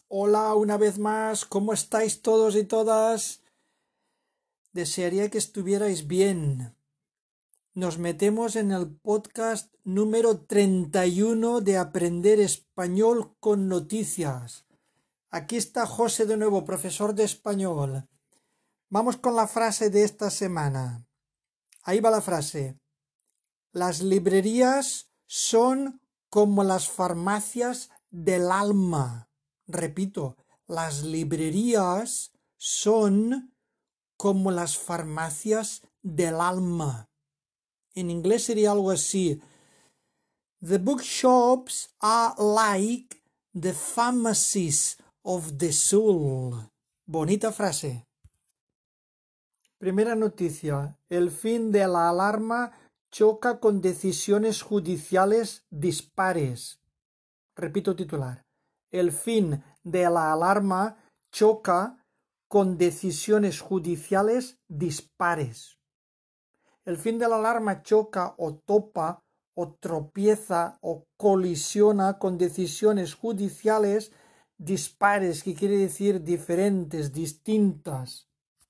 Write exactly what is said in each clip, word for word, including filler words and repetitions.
Hola una vez más, ¿cómo estáis todos y todas? Desearía que estuvierais bien. Nos metemos en el podcast número treinta y uno de Aprender Español con Noticias. Aquí está José de nuevo, profesor de español. Vamos con la frase de esta semana. Ahí va la frase. Las librerías son como las farmacias del alma. Repito, las librerías son como las farmacias del alma. En inglés sería algo así. The bookshops are like the pharmacies of the soul. Bonita frase. Primera noticia. El fin de la alarma choca con decisiones judiciales dispares. Repito titular. El fin de la alarma choca con decisiones judiciales dispares. El fin de la alarma choca o topa o tropieza o colisiona con decisiones judiciales dispares, que quiere decir diferentes, distintas.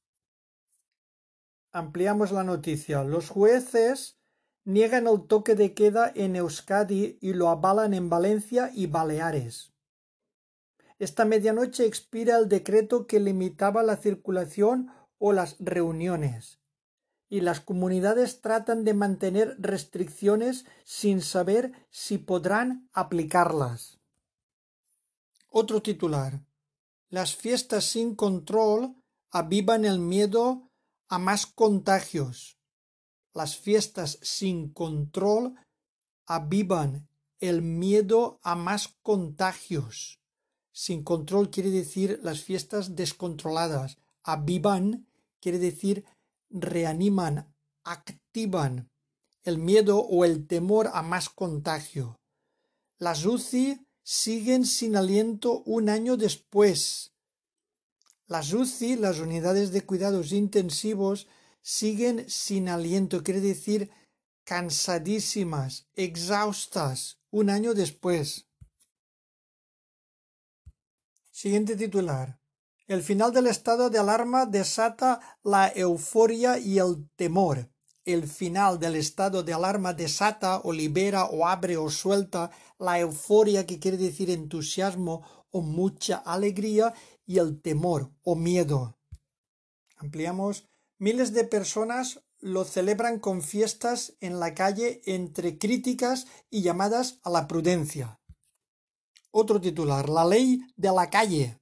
Ampliamos la noticia. Los jueces niegan el toque de queda en Euskadi y lo avalan en Valencia y Baleares. Esta medianoche expira el decreto que limitaba la circulación o las reuniones, y las comunidades tratan de mantener restricciones sin saber si podrán aplicarlas. Otro titular. Las fiestas sin control avivan el miedo a más contagios. Las fiestas sin control avivan el miedo a más contagios. Sin control quiere decir las fiestas descontroladas. Avivan quiere decir reaniman, activan el miedo o el temor a más contagio. Las U C I siguen sin aliento un año después. Las U C I, las unidades de cuidados intensivos, siguen sin aliento, quiere decir cansadísimas, exhaustas, un año después. Siguiente titular. El final del estado de alarma desata la euforia y el temor. El final del estado de alarma desata o libera o abre o suelta la euforia, que quiere decir entusiasmo o mucha alegría, y el temor o miedo. Ampliamos. Miles de personas lo celebran con fiestas en la calle entre críticas y llamadas a la prudencia. Otro titular. La ley de la calle.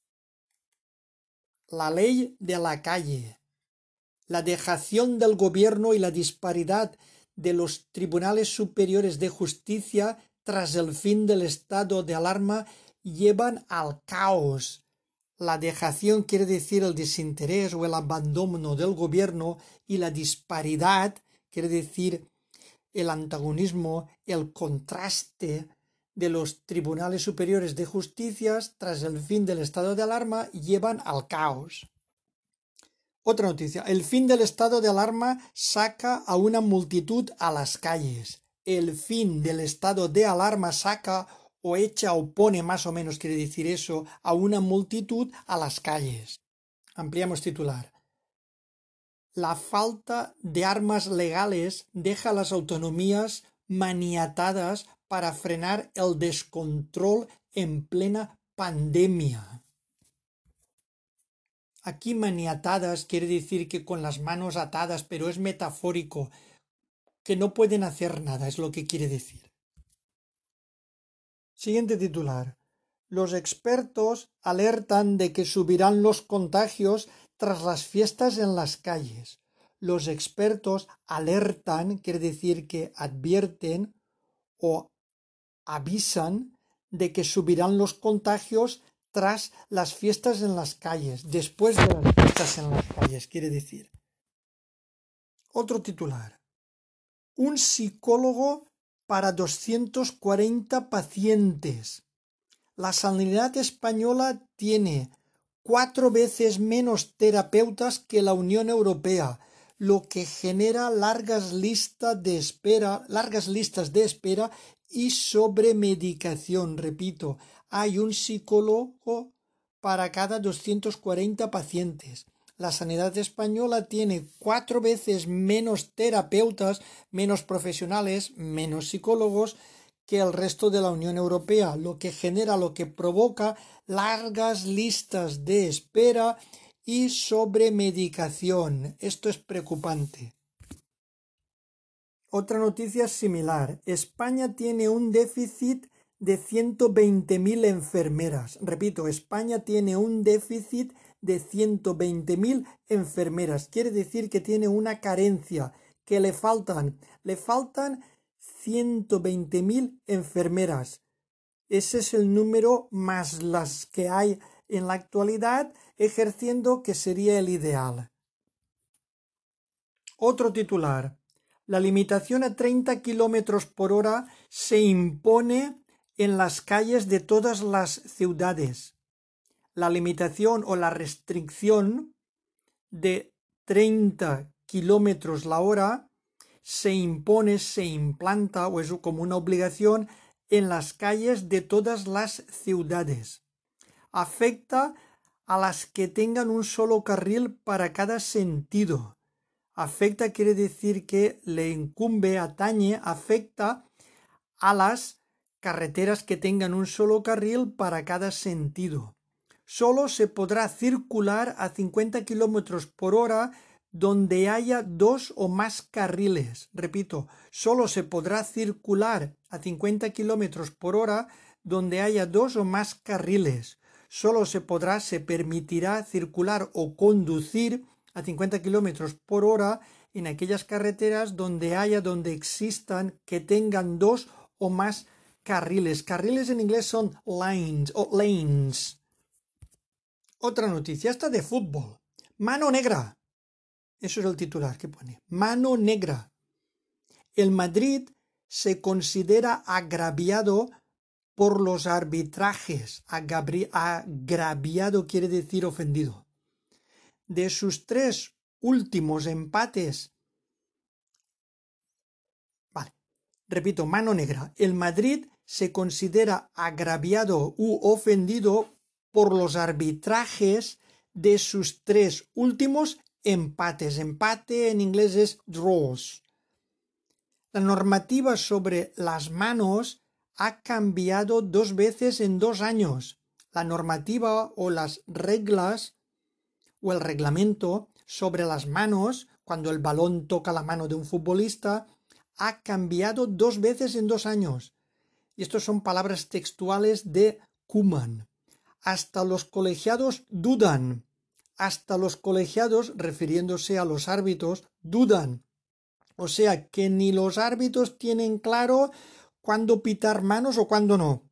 La ley de la calle. La dejación del gobierno y la disparidad de los tribunales superiores de justicia tras el fin del estado de alarma llevan al caos. La dejación quiere decir el desinterés o el abandono del gobierno, y la disparidad quiere decir el antagonismo, el contraste de los tribunales superiores de justicia tras el fin del estado de alarma llevan al caos. Otra noticia. El fin del estado de alarma saca a una multitud a las calles. El fin del estado de alarma saca o echa o pone, más o menos quiere decir eso, a una multitud a las calles. Ampliamos titular. La falta de armas legales deja a las autonomías maniatadas para frenar el descontrol en plena pandemia. Aquí maniatadas quiere decir que con las manos atadas, pero es metafórico, que no pueden hacer nada, es lo que quiere decir. Siguiente titular. Los expertos alertan de que subirán los contagios tras las fiestas en las calles. Los expertos alertan, quiere decir que advierten o avisan de que subirán los contagios tras las fiestas en las calles, después de las fiestas en las calles, quiere decir. Otro titular. Un psicólogo para doscientos cuarenta pacientes. La sanidad española tiene cuatro veces menos terapeutas que la Unión Europea, lo que genera largas listas de espera, largas listas de espera y sobremedicación. Repito, hay un psicólogo para cada doscientos cuarenta pacientes. La sanidad española tiene cuatro veces menos terapeutas, menos profesionales, menos psicólogos que el resto de la Unión Europea, lo que genera, lo que provoca largas listas de espera y sobremedicación. Esto es preocupante. Otra noticia similar. España tiene un déficit de ciento veinte mil enfermeras. Repito, España tiene un déficit de ciento veinte mil enfermeras. Quiere decir que tiene una carencia, que le faltan. Le faltan ciento veinte mil enfermeras. Ese es el número más las que hay en la actualidad ejerciendo, que sería el ideal. Otro titular. La limitación a treinta kilómetros por hora se impone en las calles de todas las ciudades. La limitación o la restricción de treinta kilómetros la hora se impone, se implanta o es como una obligación en las calles de todas las ciudades. Afecta a las que tengan un solo carril para cada sentido. Afecta quiere decir que le incumbe, atañe, afecta a las carreteras que tengan un solo carril para cada sentido. Solo se podrá circular a cincuenta kilómetros por hora donde haya dos o más carriles. Repito, solo se podrá circular a cincuenta kilómetros por hora donde haya dos o más carriles. Solo se podrá, se permitirá circular o conducir a cincuenta kilómetros por hora en aquellas carreteras donde haya, donde existan, que tengan dos o más carriles. Carriles en inglés son lanes o lanes. Otra noticia, esta de fútbol. Mano negra. Eso es el titular que pone. Mano negra. El Madrid se considera agraviado por los arbitrajes. Agabri- agraviado quiere decir ofendido. De sus tres últimos empates. Vale, repito, mano negra. El Madrid se considera agraviado u ofendido por los arbitrajes de sus tres últimos empates. Empate en inglés es draws. La normativa sobre las manos ha cambiado dos veces en dos años. La normativa o las reglas o el reglamento sobre las manos, cuando el balón toca la mano de un futbolista, ha cambiado dos veces en dos años. Y estas son palabras textuales de Koeman. Hasta los colegiados dudan. Hasta los colegiados, refiriéndose a los árbitros, dudan. O sea que ni los árbitros tienen claro cuándo pitar manos o cuándo no.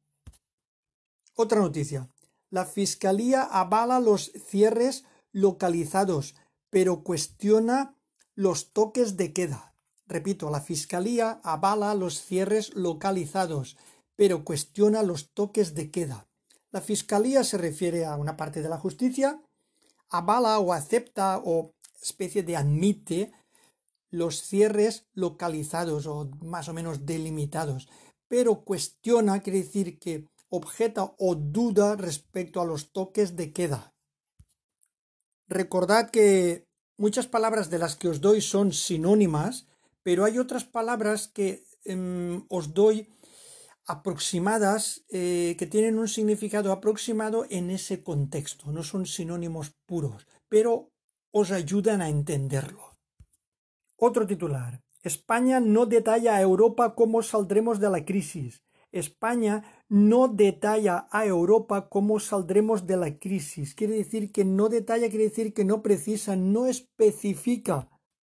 Otra noticia. La Fiscalía avala los cierres localizados, pero cuestiona los toques de queda. Repito, la Fiscalía avala los cierres localizados, pero cuestiona los toques de queda. La Fiscalía se refiere a una parte de la justicia, avala o acepta o especie de admite los cierres localizados o más o menos delimitados, pero cuestiona, quiere decir que objeta o duda respecto a los toques de queda. Recordad que muchas palabras de las que os doy son sinónimas, pero hay otras palabras que eh, os doy aproximadas, eh, que tienen un significado aproximado en ese contexto, no son sinónimos puros, pero os ayudan a entenderlo. Otro titular. España no detalla a Europa cómo saldremos de la crisis. España no detalla a Europa cómo saldremos de la crisis. Quiere decir que no detalla, quiere decir que no precisa, no especifica.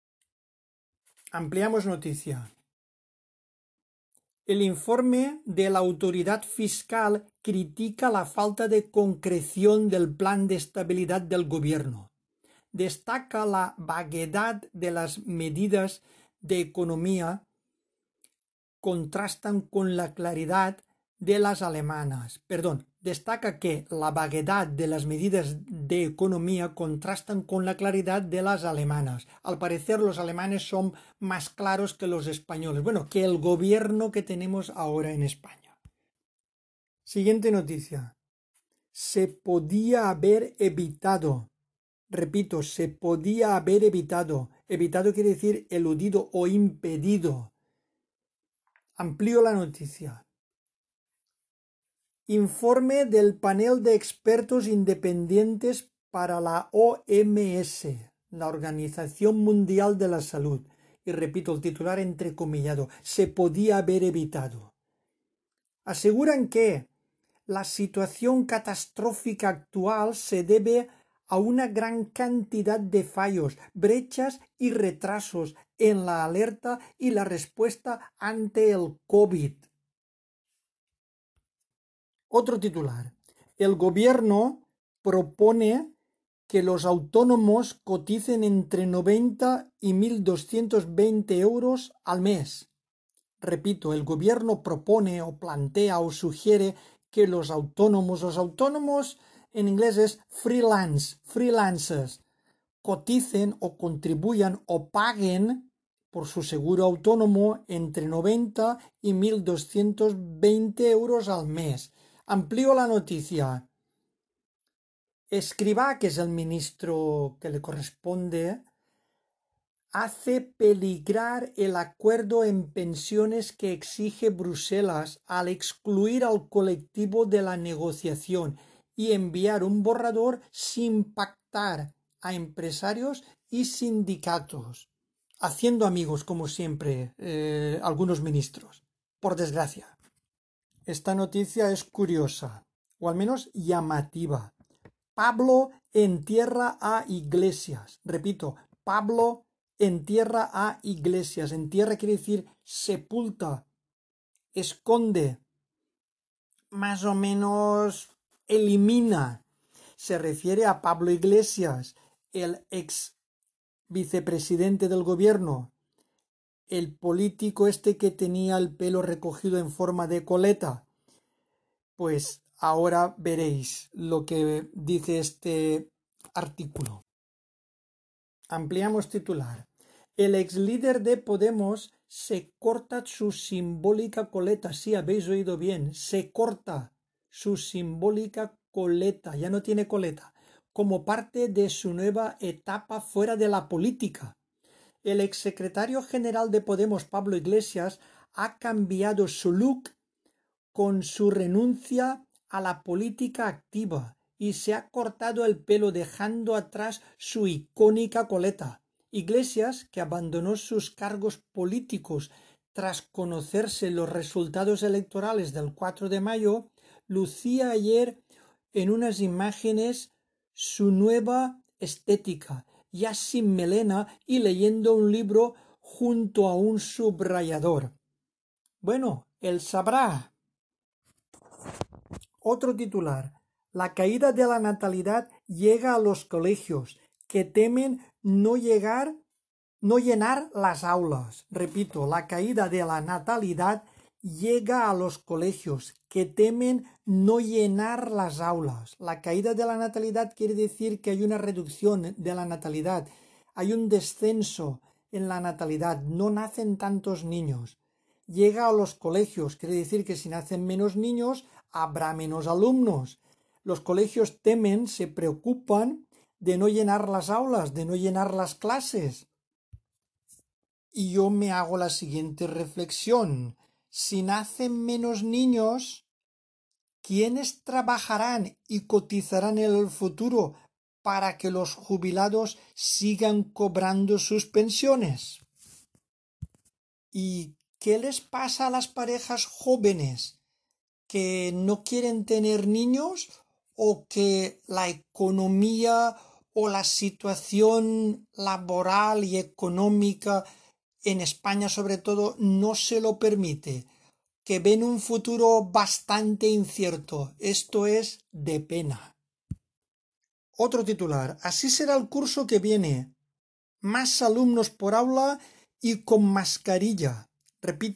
Ampliamos noticia. El informe de la autoridad fiscal critica la falta de concreción del plan de estabilidad del gobierno. Destaca la vaguedad de las medidas de economía, contrastan con la claridad de las alemanas. Perdón, destaca que la vaguedad de las medidas de economía contrastan con la claridad de las alemanas. Al parecer los alemanes son más claros que los españoles. Bueno, que el gobierno que tenemos ahora en España. Siguiente noticia. Se podía haber evitado. Repito, se podía haber evitado. Evitado quiere decir eludido o impedido. Amplío la noticia. Informe del panel de expertos independientes para la O M S, la Organización Mundial de la Salud. Y repito el titular entrecomillado. Se podía haber evitado. Aseguran que la situación catastrófica actual se debe a una gran cantidad de fallos, brechas y retrasos en la alerta y la respuesta ante el COVID. Otro titular. El gobierno propone que los autónomos coticen entre noventa y mil doscientos veinte euros al mes. Repito, el gobierno propone o plantea o sugiere que los autónomos, los autónomos en inglés es freelance, freelancers, coticen o contribuyan o paguen por su seguro autónomo entre noventa y mil doscientos veinte euros al mes. Amplío la noticia. Escrivá, que es el ministro que le corresponde, hace peligrar el acuerdo en pensiones que exige Bruselas al excluir al colectivo de la negociación y enviar un borrador sin pactar a empresarios y sindicatos, haciendo amigos, como siempre, eh, algunos ministros, por desgracia. Esta noticia es curiosa, o al menos llamativa. Pablo entierra a Iglesias. Repito, Pablo entierra a Iglesias. Entierra quiere decir sepulta, esconde, más o menos elimina. Se refiere a Pablo Iglesias, el ex vicepresidente del gobierno, el político este que tenía el pelo recogido en forma de coleta. Pues ahora veréis lo que dice este artículo. Ampliamos titular. El ex líder de Podemos se corta su simbólica coleta. Sí, habéis oído bien. Se corta su simbólica coleta. Ya no tiene coleta. Como parte de su nueva etapa fuera de la política. El exsecretario general de Podemos, Pablo Iglesias, ha cambiado su look con su renuncia a la política activa y se ha cortado el pelo dejando atrás su icónica coleta. Iglesias, que abandonó sus cargos políticos tras conocerse los resultados electorales del cuatro de mayo, lucía ayer en unas imágenes su nueva estética, ya sin melena y leyendo un libro junto a un subrayador. Bueno, él sabrá. Otro titular. La caída de la natalidad llega a los colegios, que temen no llegar, no llenar las aulas. Repito, la caída de la natalidad llega a los colegios, que temen no llenar las aulas. La caída de la natalidad quiere decir que hay una reducción de la natalidad, hay un descenso en la natalidad, no nacen tantos niños. Llega a los colegios, quiere decir que si nacen menos niños, habrá menos alumnos. Los colegios temen, se preocupan de no llenar las aulas, de no llenar las clases. Y yo me hago la siguiente reflexión. Si nacen menos niños, ¿quiénes trabajarán y cotizarán en el futuro para que los jubilados sigan cobrando sus pensiones? ¿Y qué les pasa a las parejas jóvenes que no quieren tener niños o que la economía o la situación laboral y económica en España sobre todo no se lo permite, que ven un futuro bastante incierto? Esto es de pena. Otro titular. Así será el curso que viene. Más alumnos por aula y con mascarilla. Repito,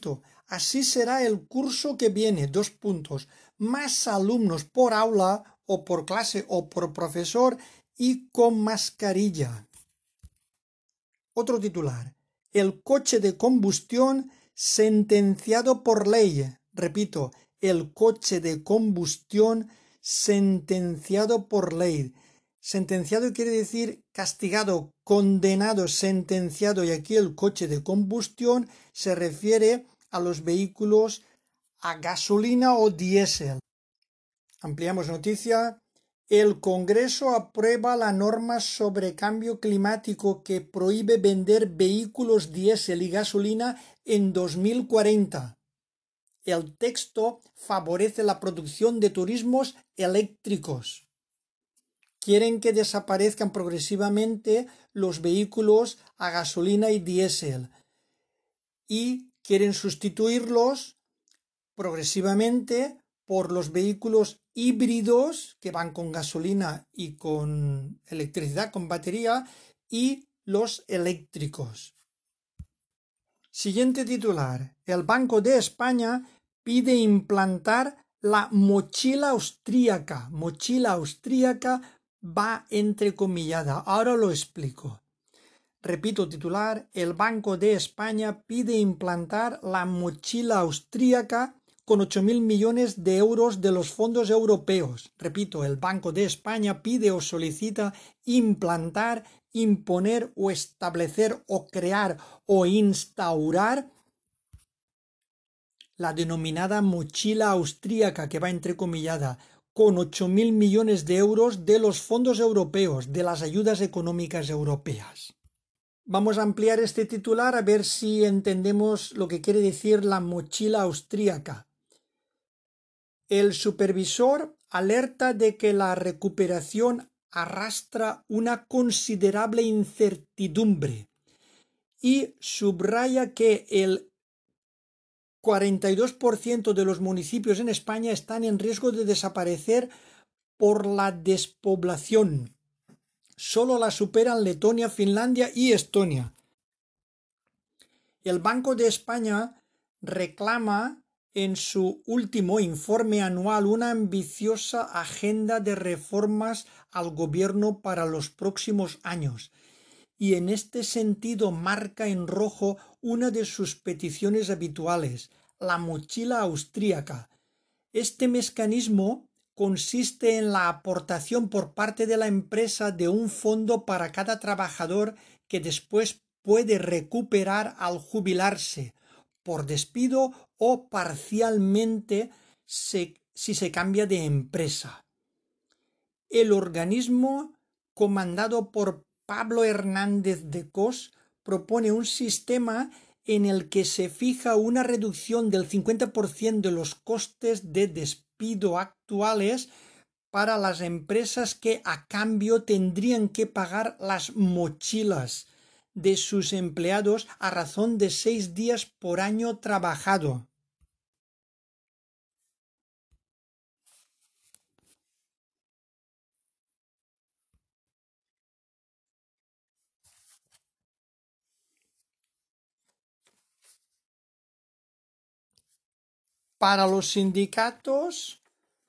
Así será el curso que viene, dos puntos, más alumnos por aula o por clase o por profesor y con mascarilla. Otro titular. El coche de combustión sentenciado por ley. Repito, el coche de combustión sentenciado por ley. Sentenciado quiere decir castigado, condenado, sentenciado, y aquí el coche de combustión se refiere a los vehículos a gasolina o diésel. Ampliamos noticia. El Congreso aprueba la norma sobre cambio climático que prohíbe vender vehículos diésel y gasolina en dos mil cuarenta. El texto favorece la producción de turismos eléctricos. Quieren que desaparezcan progresivamente los vehículos a gasolina y diésel y quieren sustituirlos progresivamente por los vehículos híbridos que van con gasolina y con electricidad, con batería, y los eléctricos. Siguiente titular. El Banco de España pide implantar la mochila austríaca. Mochila austríaca va entrecomillada. Ahora lo explico. Repito titular. El Banco de España pide implantar la mochila austríaca con ocho mil millones de euros de los fondos europeos. Repito, el Banco de España pide o solicita implantar, imponer o establecer o crear o instaurar la denominada mochila austríaca, que va entrecomillada, con ocho mil millones de euros de los fondos europeos, de las ayudas económicas europeas. Vamos a ampliar este titular a ver si entendemos lo que quiere decir la mochila austríaca. El supervisor alerta de que la recuperación arrastra una considerable incertidumbre y subraya que el cuarenta y dos por ciento de los municipios en España están en riesgo de desaparecer por la despoblación. Solo la superan Letonia, Finlandia y Estonia. El Banco de España reclama en su último informe anual una ambiciosa agenda de reformas al gobierno para los próximos años, y en este sentido marca en rojo una de sus peticiones habituales, la mochila austríaca. Este mecanismo consiste en la aportación por parte de la empresa de un fondo para cada trabajador que después puede recuperar al jubilarse, por despido o parcialmente se, si se cambia de empresa. El organismo, comandado por Pablo Hernández de Cos, propone un sistema en el que se fija una reducción del cincuenta por ciento de los costes de despido actuales para las empresas que a cambio tendrían que pagar las mochilas de sus empleados a razón de seis días por año trabajado. Para los sindicatos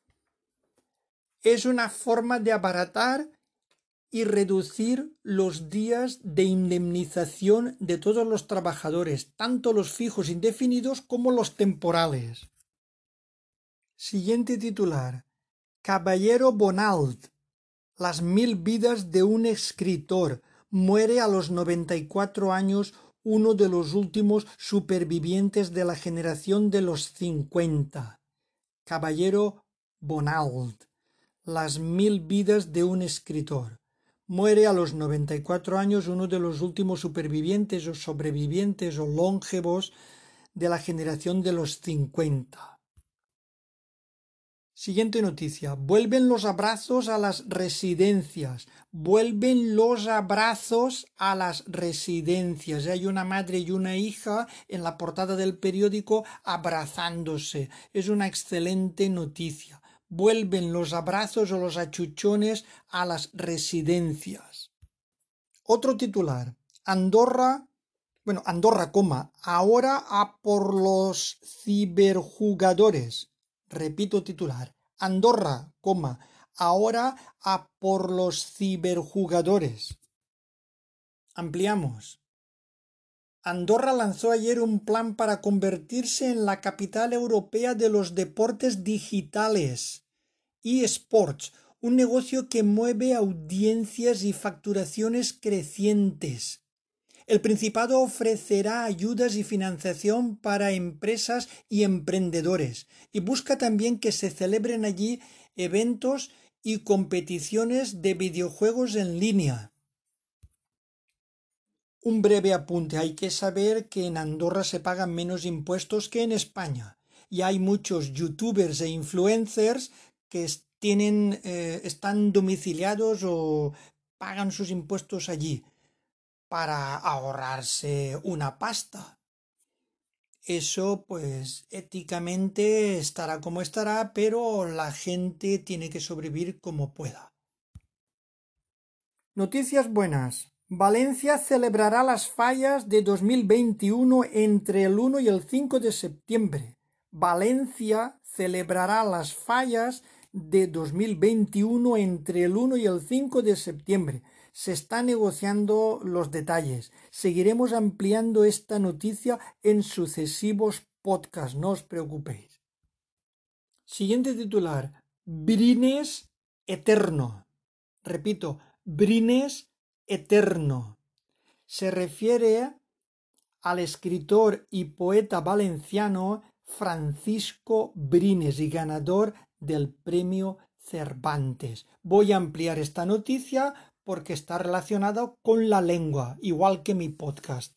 es una forma de abaratar y reducir los días de indemnización de todos los trabajadores, tanto los fijos indefinidos como los temporales. Siguiente titular. Caballero Bonald. Las mil vidas de un escritor. Muere a los noventa y cuatro años uno de los últimos supervivientes de la generación de los cincuenta. Caballero Bonald. Las mil vidas de un escritor. Muere a los noventa y cuatro años uno de los últimos supervivientes o sobrevivientes o longevos de la generación de los cincuenta. Siguiente noticia. Vuelven los abrazos a las residencias. Vuelven los abrazos a las residencias. Hay una madre y una hija en la portada del periódico abrazándose. Es una excelente noticia. Vuelven los abrazos o los achuchones a las residencias. Otro titular. Andorra Bueno, Andorra, coma, ahora a por los ciberjugadores. Repito titular. Andorra, coma, ahora a por los ciberjugadores. Ampliamos. Andorra lanzó ayer un plan para convertirse en la capital europea de los deportes digitales. eSports, un negocio que mueve audiencias y facturaciones crecientes. El Principado ofrecerá ayudas y financiación para empresas y emprendedores y busca también que se celebren allí eventos y competiciones de videojuegos en línea. Un breve apunte: hay que saber que en Andorra se pagan menos impuestos que en España y hay muchos youtubers e influencers que tienen, eh, están domiciliados o pagan sus impuestos allí para ahorrarse una pasta. Eso, pues, éticamente estará como estará, pero la gente tiene que sobrevivir como pueda. Noticias buenas. Valencia celebrará las fallas de dos mil veintiuno entre el uno y el cinco de septiembre. Valencia celebrará las fallas de dos mil veintiuno entre el uno y el cinco de septiembre. Se están negociando los detalles. Seguiremos ampliando esta noticia en sucesivos podcasts, no os preocupéis. Siguiente titular: Brines eterno. Repito, Brines eterno. Se refiere al escritor y poeta valenciano Francisco Brines y ganador del premio Cervantes. Voy a ampliar esta noticia porque está relacionada con la lengua, igual que mi podcast.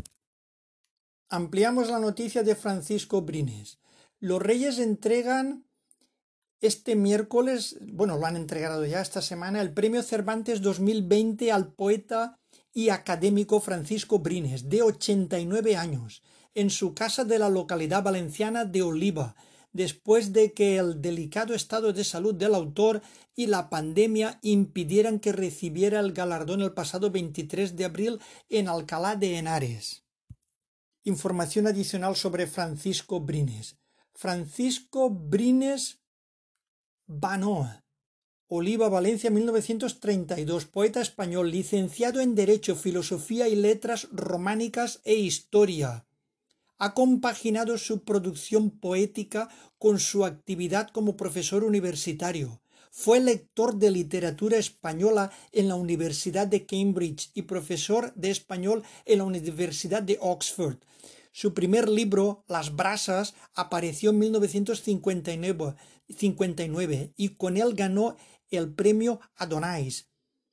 Ampliamos la noticia de Francisco Brines. Los Reyes entregan este miércoles, bueno, lo han entregado ya esta semana, el premio Cervantes dos mil veinte al poeta y académico Francisco Brines, de ochenta y nueve años, en su casa de la localidad valenciana de Oliva, después de que el delicado estado de salud del autor y la pandemia impidieran que recibiera el galardón el pasado veintitrés de abril en Alcalá de Henares. Información adicional sobre Francisco Brines. Francisco Brines Banó, Oliva, Valencia, mil novecientos treinta y dos, poeta español, licenciado en Derecho, Filosofía y Letras Románicas e Historia. Ha compaginado su producción poética con su actividad como profesor universitario. Fue lector de literatura española en la Universidad de Cambridge y profesor de español en la Universidad de Oxford. Su primer libro, Las brasas, apareció en mil novecientos cincuenta y nueve, cincuenta y nueve y con él ganó el premio Adonais.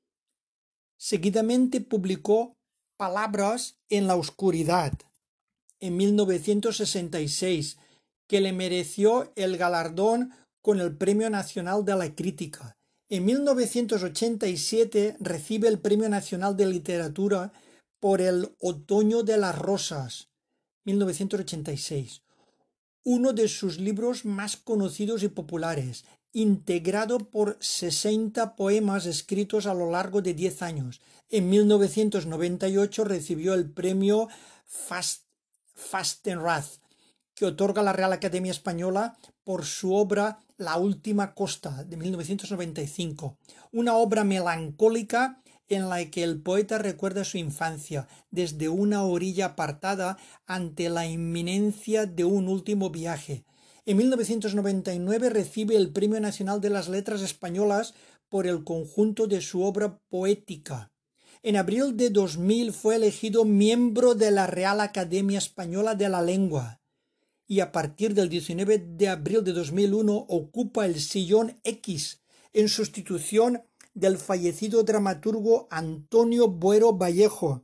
Seguidamente publicó Palabras en la oscuridad en mil novecientos sesenta y seis, que le mereció el galardón con el Premio Nacional de la Crítica. En mil novecientos ochenta y siete recibe el Premio Nacional de Literatura por El Otoño de las Rosas, mil novecientos ochenta y seis, uno de sus libros más conocidos y populares, integrado por sesenta poemas escritos a lo largo de diez años. En mil novecientos noventa y ocho recibió el premio Fast, Fastenrath, que otorga la Real Academia Española por su obra La Última Costa, de mil novecientos noventa y cinco, una obra melancólica en la que el poeta recuerda su infancia desde una orilla apartada ante la inminencia de un último viaje. En mil novecientos noventa y nueve recibe el Premio Nacional de las Letras Españolas por el conjunto de su obra poética. En abril de dos mil fue elegido miembro de la Real Academia Española de la Lengua y a partir del diecinueve de abril de dos mil uno ocupa el sillón X en sustitución del fallecido dramaturgo Antonio Buero Vallejo.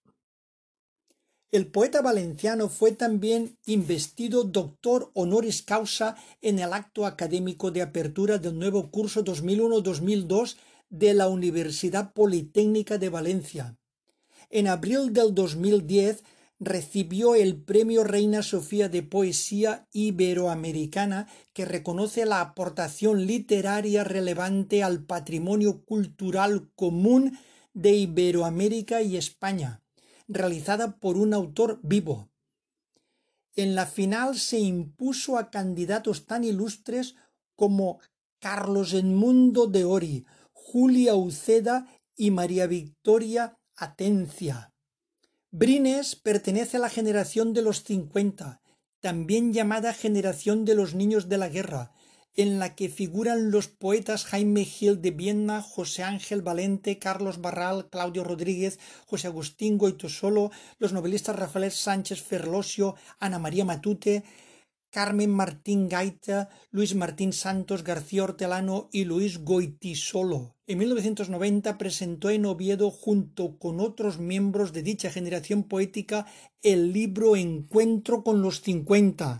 El poeta valenciano fue también investido doctor honoris causa en el acto académico de apertura del nuevo curso dos mil uno dos mil dos de la Universidad Politécnica de Valencia. En abril del dos mil diez recibió el Premio Reina Sofía de Poesía Iberoamericana, que reconoce la aportación literaria relevante al patrimonio cultural común de Iberoamérica y España. realizada por un autor vivo. En la final se impuso a candidatos tan ilustres como Carlos Edmundo de Ory, Julia Uceda y María Victoria Atencia. Brines pertenece a la generación de los cincuenta, también llamada generación de los niños de la guerra, en la que figuran los poetas Jaime Gil de Viedma, José Ángel Valente, Carlos Barral, Claudio Rodríguez, José Agustín Goytisolo, los novelistas Rafael Sánchez Ferlosio, Ana María Matute, Carmen Martín Gaita, Luis Martín Santos, García Hortelano y Luis Goytisolo. En mil novecientos noventa presentó en Oviedo, junto con otros miembros de dicha generación poética, el libro Encuentro con los cincuenta.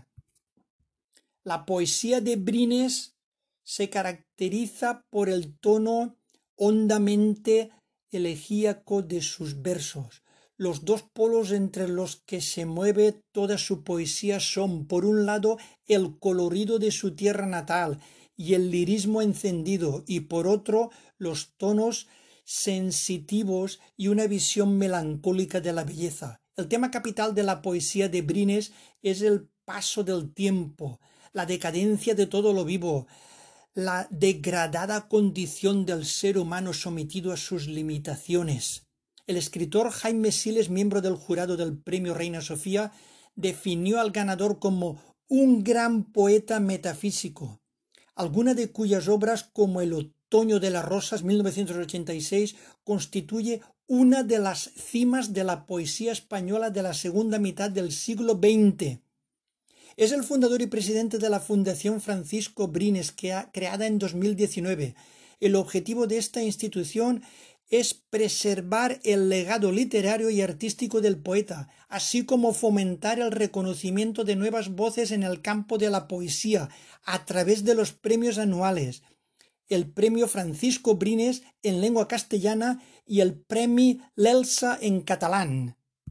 La poesía de Brines se caracteriza por el tono hondamente elegíaco de sus versos. Los dos polos entre los que se mueve toda su poesía son, por un lado, el colorido de su tierra natal y el lirismo encendido, y por otro, los tonos sensitivos y una visión melancólica de la belleza. El tema capital de la poesía de Brines es el paso del tiempo, la decadencia de todo lo vivo, la degradada condición del ser humano sometido a sus limitaciones. El escritor Jaime Siles, miembro del jurado del Premio Reina Sofía, definió al ganador como un gran poeta metafísico, alguna de cuyas obras, como El otoño de las rosas, mil novecientos ochenta y seis, constituye una de las cimas de la poesía española de la segunda mitad del siglo veinte. Es el fundador y presidente de la Fundación Francisco Brines, que ha, creada en dos mil diecinueve. El objetivo de esta institución es preservar el legado literario y artístico del poeta, así como fomentar el reconocimiento de nuevas voces en el campo de la poesía a través de los premios anuales, el Premio Francisco Brines en lengua castellana y el Premi L'Elsa en catalán.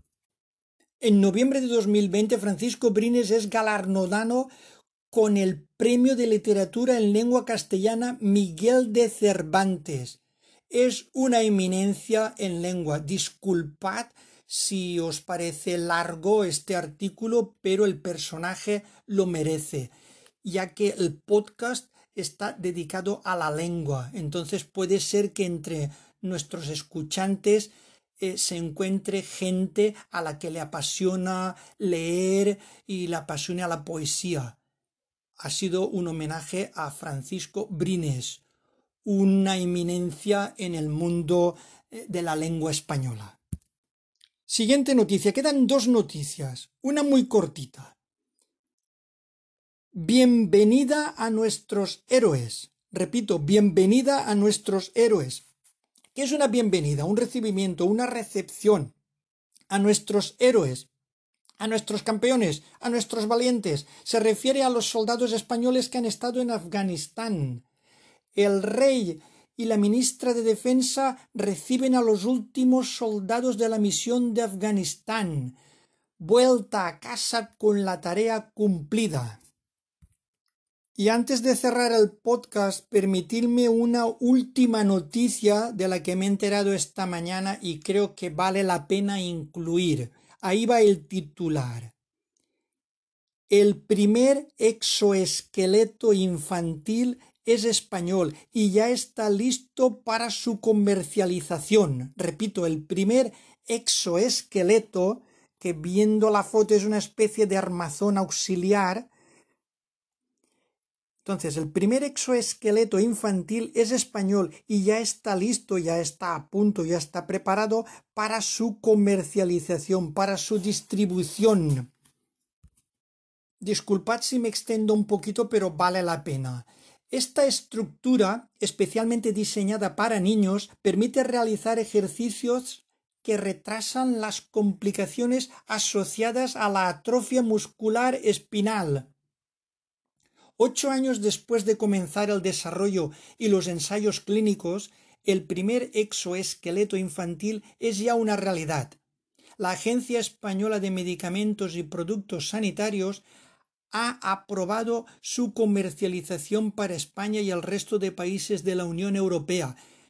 En noviembre de dos mil veinte, Francisco Brines es galardonado con el Premio de Literatura en Lengua Castellana Miguel de Cervantes. Es una eminencia en lengua. Disculpad si os parece largo este artículo, pero el personaje lo merece, ya que el podcast está dedicado a la lengua. Entonces puede ser que entre nuestros escuchantes Eh, se encuentre gente a la que le apasiona leer y le apasiona la poesía. Ha sido un homenaje a Francisco Brines, una eminencia en el mundo de la lengua española. Siguiente noticia. Quedan dos noticias, una muy cortita. Bienvenida a nuestros héroes. Repito, bienvenida a nuestros héroes. ¿Qué es una bienvenida? Un recibimiento, una recepción a nuestros héroes, a nuestros campeones, a nuestros valientes. Se refiere a los soldados españoles que han estado en Afganistán. El rey y la ministra de Defensa reciben a los últimos soldados de la misión de Afganistán. Vuelta a casa con la tarea cumplida. Y antes de cerrar el podcast, permitidme una última noticia de la que me he enterado esta mañana y creo que vale la pena incluir. Ahí va el titular. El primer exoesqueleto infantil es español y ya está listo para su comercialización. Repito, el primer exoesqueleto, que viendo la foto es una especie de armazón auxiliar. Entonces, el primer exoesqueleto infantil es español y ya está listo, ya está a punto, ya está preparado para su comercialización, para su distribución. Disculpad si me extiendo un poquito, pero vale la pena. Esta estructura, especialmente diseñada para niños, permite realizar ejercicios que retrasan las complicaciones asociadas a la atrofia muscular espinal. Ocho años después de comenzar el desarrollo y los ensayos clínicos, el primer exoesqueleto infantil es ya una realidad. La Agencia Española de Medicamentos y Productos Sanitarios ha aprobado su comercialización para España y el resto de países de la Unión Europea.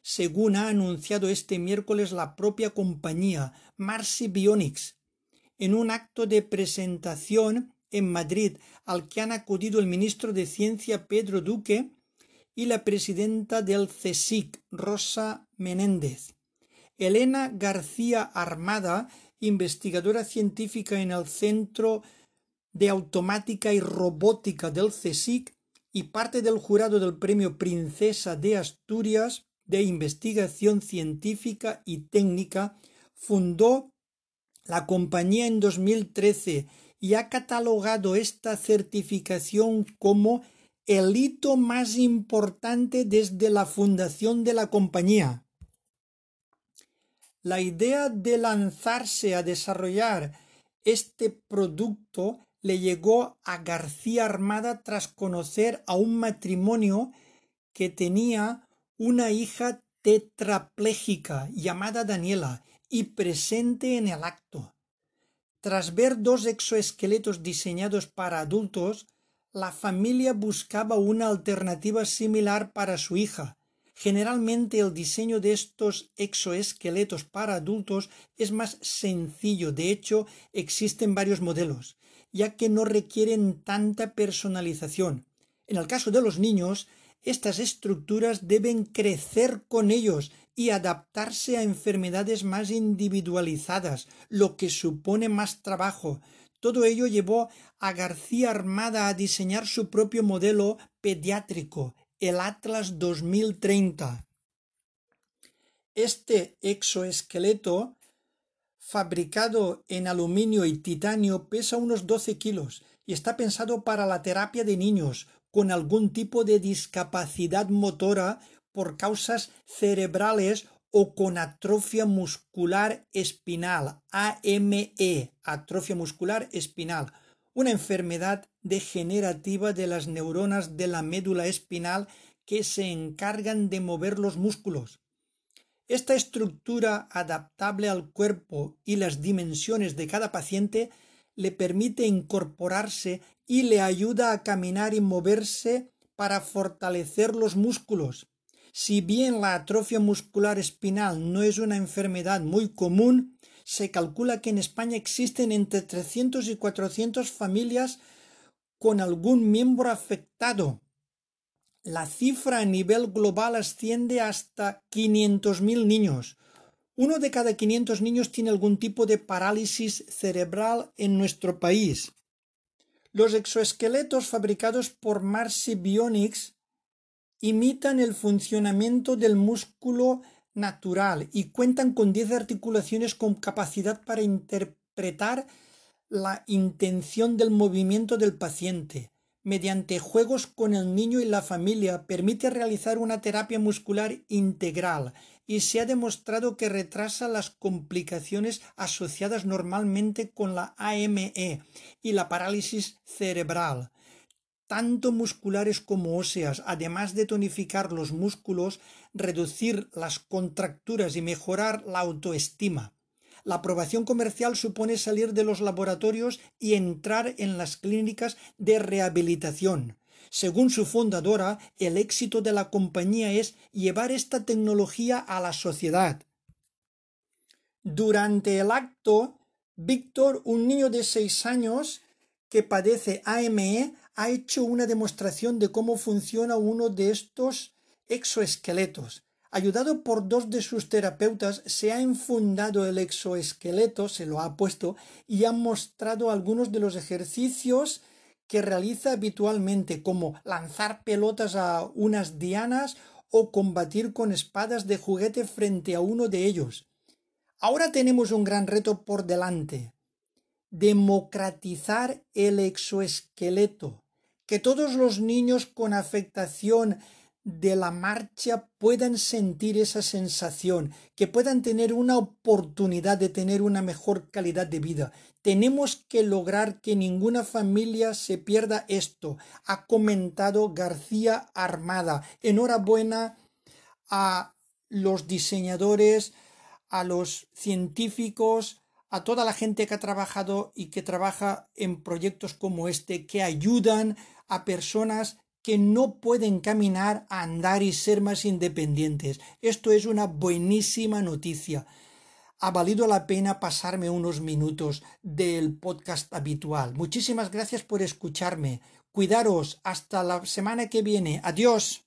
según ha anunciado este miércoles la propia compañía Marsi Bionics, en un acto de presentación en Madrid al que han acudido el ministro de Ciencia Pedro Duque y la presidenta del CSIC, Rosa Menéndez. Elena García Armada, investigadora científica en el Centro de Automática y Robótica del CSIC y parte del jurado del Premio Princesa de Asturias de Investigación Científica y Técnica, fundó la compañía en dos mil trece y ha catalogado esta certificación como el hito más importante desde la fundación de la compañía. La idea de lanzarse a desarrollar este producto le llegó a García Armada tras conocer a un matrimonio que tenía una hija tetrapléjica llamada Daniela y presente en el acto. Tras ver dos exoesqueletos diseñados para adultos, la familia buscaba una alternativa similar para su hija. Generalmente el diseño de estos exoesqueletos para adultos es más sencillo, de hecho existen varios modelos, ya que no requieren tanta personalización. En el caso de los niños, estas estructuras deben crecer con ellos y adaptarse a enfermedades más individualizadas, lo que supone más trabajo. Todo ello llevó a García Armada a diseñar su propio modelo pediátrico, el Atlas dos mil treinta. Este exoesqueleto, fabricado en aluminio y titanio, pesa unos doce kilos y está pensado para la terapia de niños con algún tipo de discapacidad motora por causas cerebrales o con atrofia muscular espinal, A M E, atrofia muscular espinal, una enfermedad degenerativa de las neuronas de la médula espinal que se encargan de mover los músculos. Esta estructura adaptable al cuerpo y las dimensiones de cada paciente le permite incorporarse y le ayuda a caminar y moverse para fortalecer los músculos. Si bien la atrofia muscular espinal no es una enfermedad muy común, se calcula que en España existen entre trescientas y cuatrocientas familias con algún miembro afectado. La cifra a nivel global asciende hasta quinientos mil niños. Uno de cada quinientos niños tiene algún tipo de parálisis cerebral en nuestro país. Los exoesqueletos fabricados por Marsi Bionics imitan el funcionamiento del músculo natural y cuentan con diez articulaciones con capacidad para interpretar la intención del movimiento del paciente. Mediante juegos con el niño y la familia permite realizar una terapia muscular integral y se ha demostrado que retrasa las complicaciones asociadas normalmente con la A M E y la parálisis cerebral, tanto musculares como óseas, además de tonificar los músculos, reducir las contracturas y mejorar la autoestima. La aprobación comercial supone salir de los laboratorios y entrar en las clínicas de rehabilitación. Según su fundadora, el éxito de la compañía es llevar esta tecnología a la sociedad. Durante el acto, Víctor, un niño de seis años que padece A M E, ha hecho una demostración de cómo funciona uno de estos exoesqueletos. Ayudado por dos de sus terapeutas, se ha enfundado el exoesqueleto, se lo ha puesto y ha mostrado algunos de los ejercicios que realiza habitualmente, como lanzar pelotas a unas dianas o combatir con espadas de juguete frente a uno de ellos. Ahora tenemos un gran reto por delante: democratizar el exoesqueleto, que todos los niños con afectación de la marcha puedan sentir esa sensación, que puedan tener una oportunidad de tener una mejor calidad de vida. Tenemos que lograr que ninguna familia se pierda esto, ha comentado García Armada. Enhorabuena a los diseñadores, a los científicos, a toda la gente que ha trabajado y que trabaja en proyectos como este, que ayudan a personas que no pueden caminar, andar y ser más independientes. Esto es una buenísima noticia. Ha valido la pena pasarme unos minutos del podcast habitual. Muchísimas gracias por escucharme. Cuidaros. Hasta la semana que viene. Adiós.